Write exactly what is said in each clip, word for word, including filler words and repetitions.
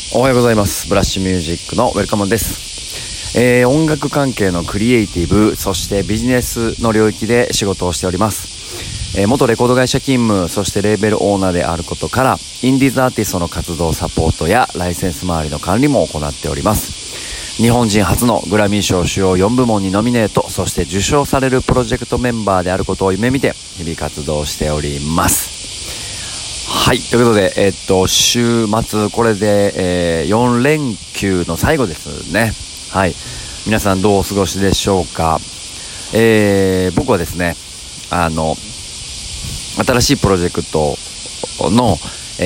おはようございます。ブラッシュミュージックのウェルカムです。えー、音楽関係のクリエイティブ、そしてビジネスの領域で仕事をしております。えー、元レコード会社勤務、そしてレーベルオーナーであることから、インディーズアーティストの活動サポートやライセンス周りの管理も行っております。日本人初のグラミー賞主要よん部門にノミネート、そして受賞されるプロジェクトメンバーであることを夢見て日々活動しております。はい、ということで、えっと週末これで、えー、よん連休の最後ですね。はい、皆さんどうお過ごしでしょうか。えー、僕はですね、あの新しいプロジェクトの、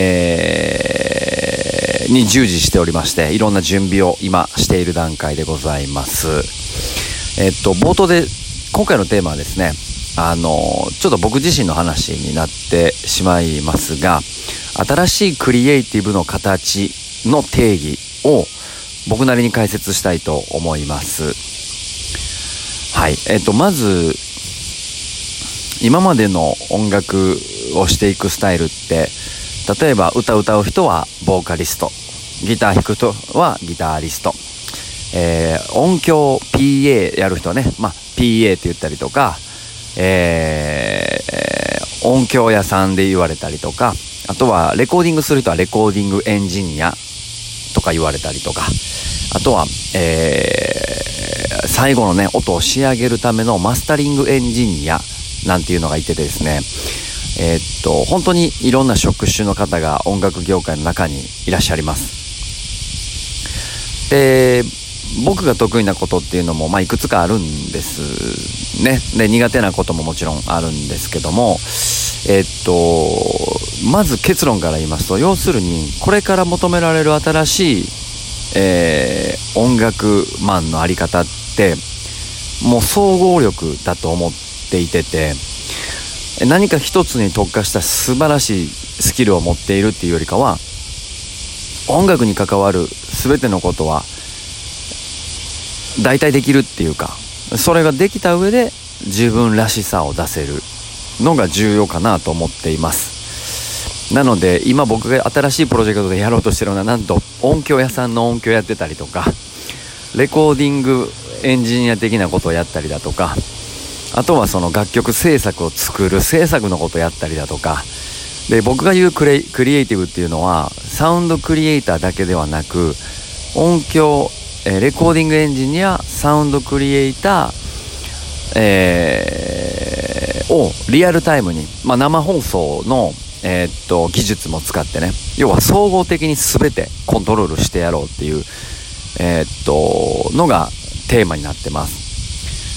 えー、に従事しておりまして、いろんな準備を今している段階でございます。えっと冒頭で今回のテーマはですね、あのちょっと僕自身の話になってしまいますが、新しいクリエイティブの形の定義を僕なりに解説したいと思います。はい、えっとまず今までの音楽をしていくスタイルって、例えば歌歌う人はボーカリスト、ギター弾く人はギタリスト、えー、音響 ピーエー やる人はね、まあ ピーエー って言ったりとか、えー、音響屋さんで言われたりとか、あとはレコーディングする人はレコーディングエンジニアとか言われたりとか、あとは、えー、最後のね音を仕上げるためのマスタリングエンジニアなんていうのがいててですね、えー、っと本当にいろんな職種の方が音楽業界の中にいらっしゃいます。で、僕が得意なことっていうのも、まあ、いくつかあるんですね。で、苦手なことももちろんあるんですけども、えっとまず結論から言いますと、要するにこれから求められる新しい、えー、音楽マンのあり方ってもう総合力だと思っていてて、何か一つに特化した素晴らしいスキルを持っているっていうよりかは、音楽に関わる全てのことは大体できるっていうか、それができた上で自分らしさを出せるのが重要かなと思っています。なので今僕が新しいプロジェクトでやろうとしてるのは、なんと音響屋さんの音響やってたりとか、レコーディングエンジニア的なことをやったりだとか、あとはその楽曲制作を作る制作のことをやったりだとかで、僕が言うクレクリエイティブっていうのはサウンドクリエイターだけではなく、音響えー、レコーディングエンジニア、サウンドクリエイター、えー、をリアルタイムに、まあ、生放送の、えー、っと技術も使ってね、要は総合的に全てコントロールしてやろうっていう、えー、っとのがテーマになってます。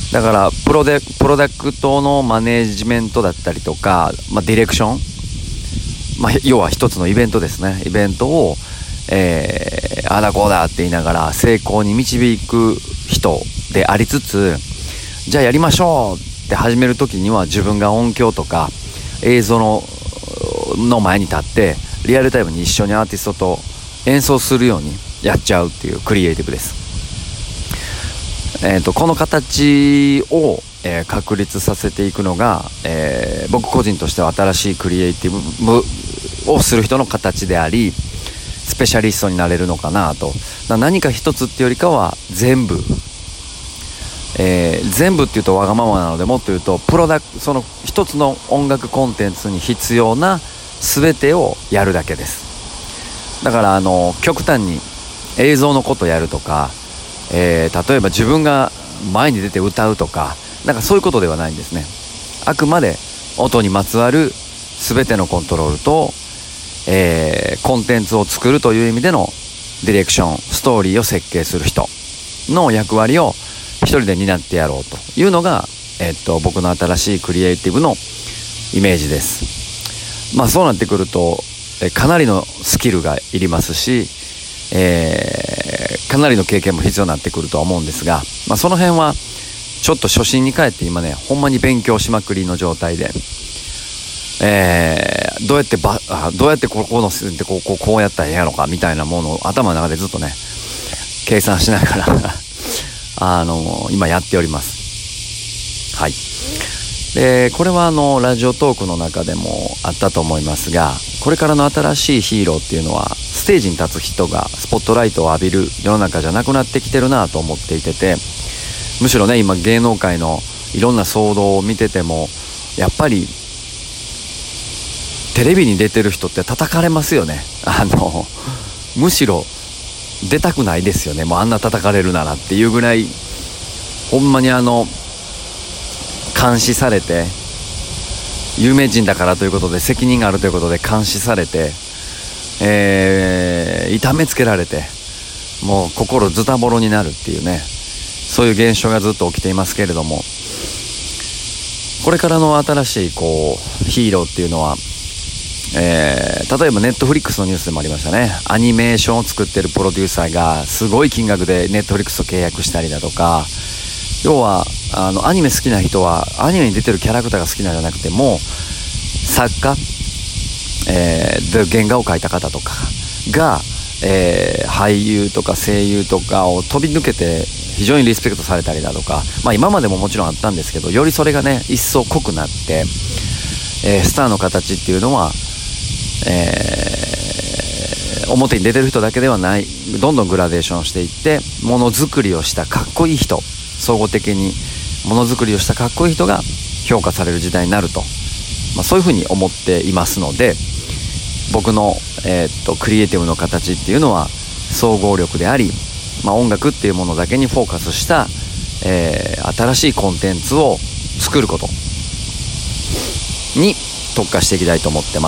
だからプロデプロダクトのマネージメントだったりとか、まあ、ディレクション、まあ、要は一つのイベントですね。イベントをえー、あだこうだって言いながら成功に導く人でありつつ、じゃあやりましょうって始める時には自分が音響とか映像のの前に立ってリアルタイムに一緒にアーティストと演奏するようにやっちゃうっていうクリエイティブです。えーと、この形を、えー、確立させていくのが、えー、僕個人としては新しいクリエイティブをする人の形であり、スペシャリストになれるのかなと。何か一つっていうよりかは全部、えー、全部っていうとわがままなので、もっと言うとプロダクその一つの音楽コンテンツに必要な全てをやるだけです。だからあの極端に映像のことやるとか、えー、例えば自分が前に出て歌うとか、なんかそういうことではないんですね。あくまで音にまつわる全てのコントロールと、えー、コンテンツを作るという意味でのディレクション、ストーリーを設計する人の役割を一人で担ってやろうというのが、えー、っと僕の新しいクリエイティブのイメージです。まあそうなってくると、えー、かなりのスキルがいりますし、えー、かなりの経験も必要になってくるとは思うんですが、まあその辺はちょっと初心に帰って今ね、ほんまに勉強しまくりの状態で、えー、どうやってばどうやってここのでこうこうこうやったらええやろかみたいなものを頭の中でずっとね計算しながらあの今やっております。はい。でこれはあのラジオトークの中でもあったと思いますが、これからの新しいヒーローっていうのはスステージに立つ人がスポットライトを浴びる世の中じゃなくなってきてるなと思っていてて、むしろね今芸能界のいろんな騒動を見ててもやっぱりテレビに出てる人って叩かれますよね。あのむしろ出たくないですよね。もうあんな叩かれるならっていうぐらいほんまにあの監視されて、有名人だからということで責任があるということで監視されて、えー、痛めつけられてもう心ズタボロになるっていうね、そういう現象がずっと起きていますけれども、これからの新しいこうヒーローっていうのは、えー、例えばネットフリックスのニュースでもありましたね。アニメーションを作ってるプロデューサーがすごい金額でネットフリックスと契約したりだとか、要はあのアニメ好きな人はアニメに出てるキャラクターが好きなんじゃなくても作家、えー、で原画を描いた方とかが、えー、俳優とか声優とかを飛び抜けて非常にリスペクトされたりだとか、まあ今までももちろんあったんですけど、よりそれがね一層濃くなって、えー、スターの形っていうのは、えー、表に出てる人だけではない、どんどんグラデーションしていってものづくりをしたかっこいい人、総合的にものづくりをしたかっこいい人が評価される時代になると、まあ、そういうふうに思っていますので、僕の、えー、っとクリエイティブの形っていうのは総合力であり、まあ、音楽っていうものだけにフォーカスした、えー、新しいコンテンツを作ることに特化していきたいと思ってます。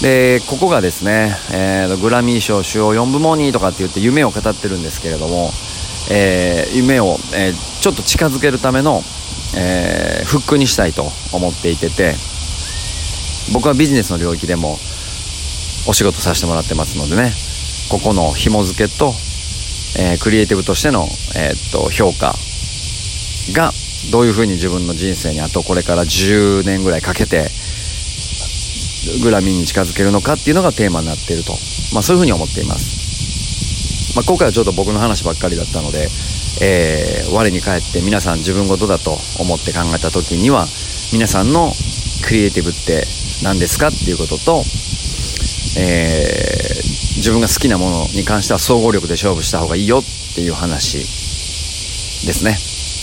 でここがですね、えー、グラミー賞主要よん部門にとかって言って夢を語ってるんですけれども、えー、夢を、えー、ちょっと近づけるための、えー、フックにしたいと思っていてて、僕はビジネスの領域でもお仕事させてもらってますのでね、ここの紐付けと、えー、クリエイティブとしての、えー、っと評価がどういうふうに自分の人生にあとこれからじゅうねんぐらいかけてグラミーに近づけるのかっていうのがテーマになっていると、まあ、そういうふうに思っています。まあ、今回はちょっと僕の話ばっかりだったので、えー、我に返って皆さん自分事だと思って考えた時には、皆さんのクリエイティブって何ですかっていうことと、えー、自分が好きなものに関しては総合力で勝負した方がいいよっていう話ですね。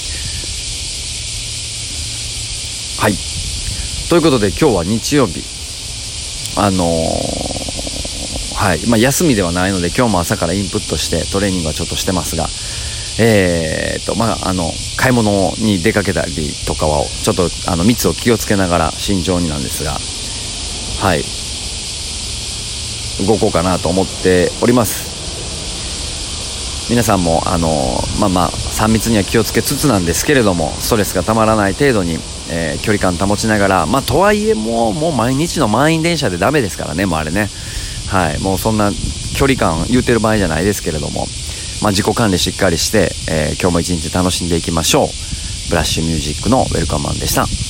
はい、ということで今日は日曜日、あのー、はい、まあ休みではないので今日も朝からインプットしてトレーニングはちょっとしてますが、えーとまああの買い物に出かけたりとかはちょっとあの密を気をつけながら慎重になんですが、はい動こうかなと思っております。皆さんもあのまあまあさん密には気をつけつつなんですけれども、ストレスがたまらない程度に、えー、距離感保ちながら、まあとはいえもうもう毎日の満員電車でダメですからね、もうあれね、はい、もうそんな距離感言うてる場合じゃないですけれども、まあ自己管理しっかりして、えー、今日も一日楽しんでいきましょう。ブラッシュミュージックのウェルカムマンでした。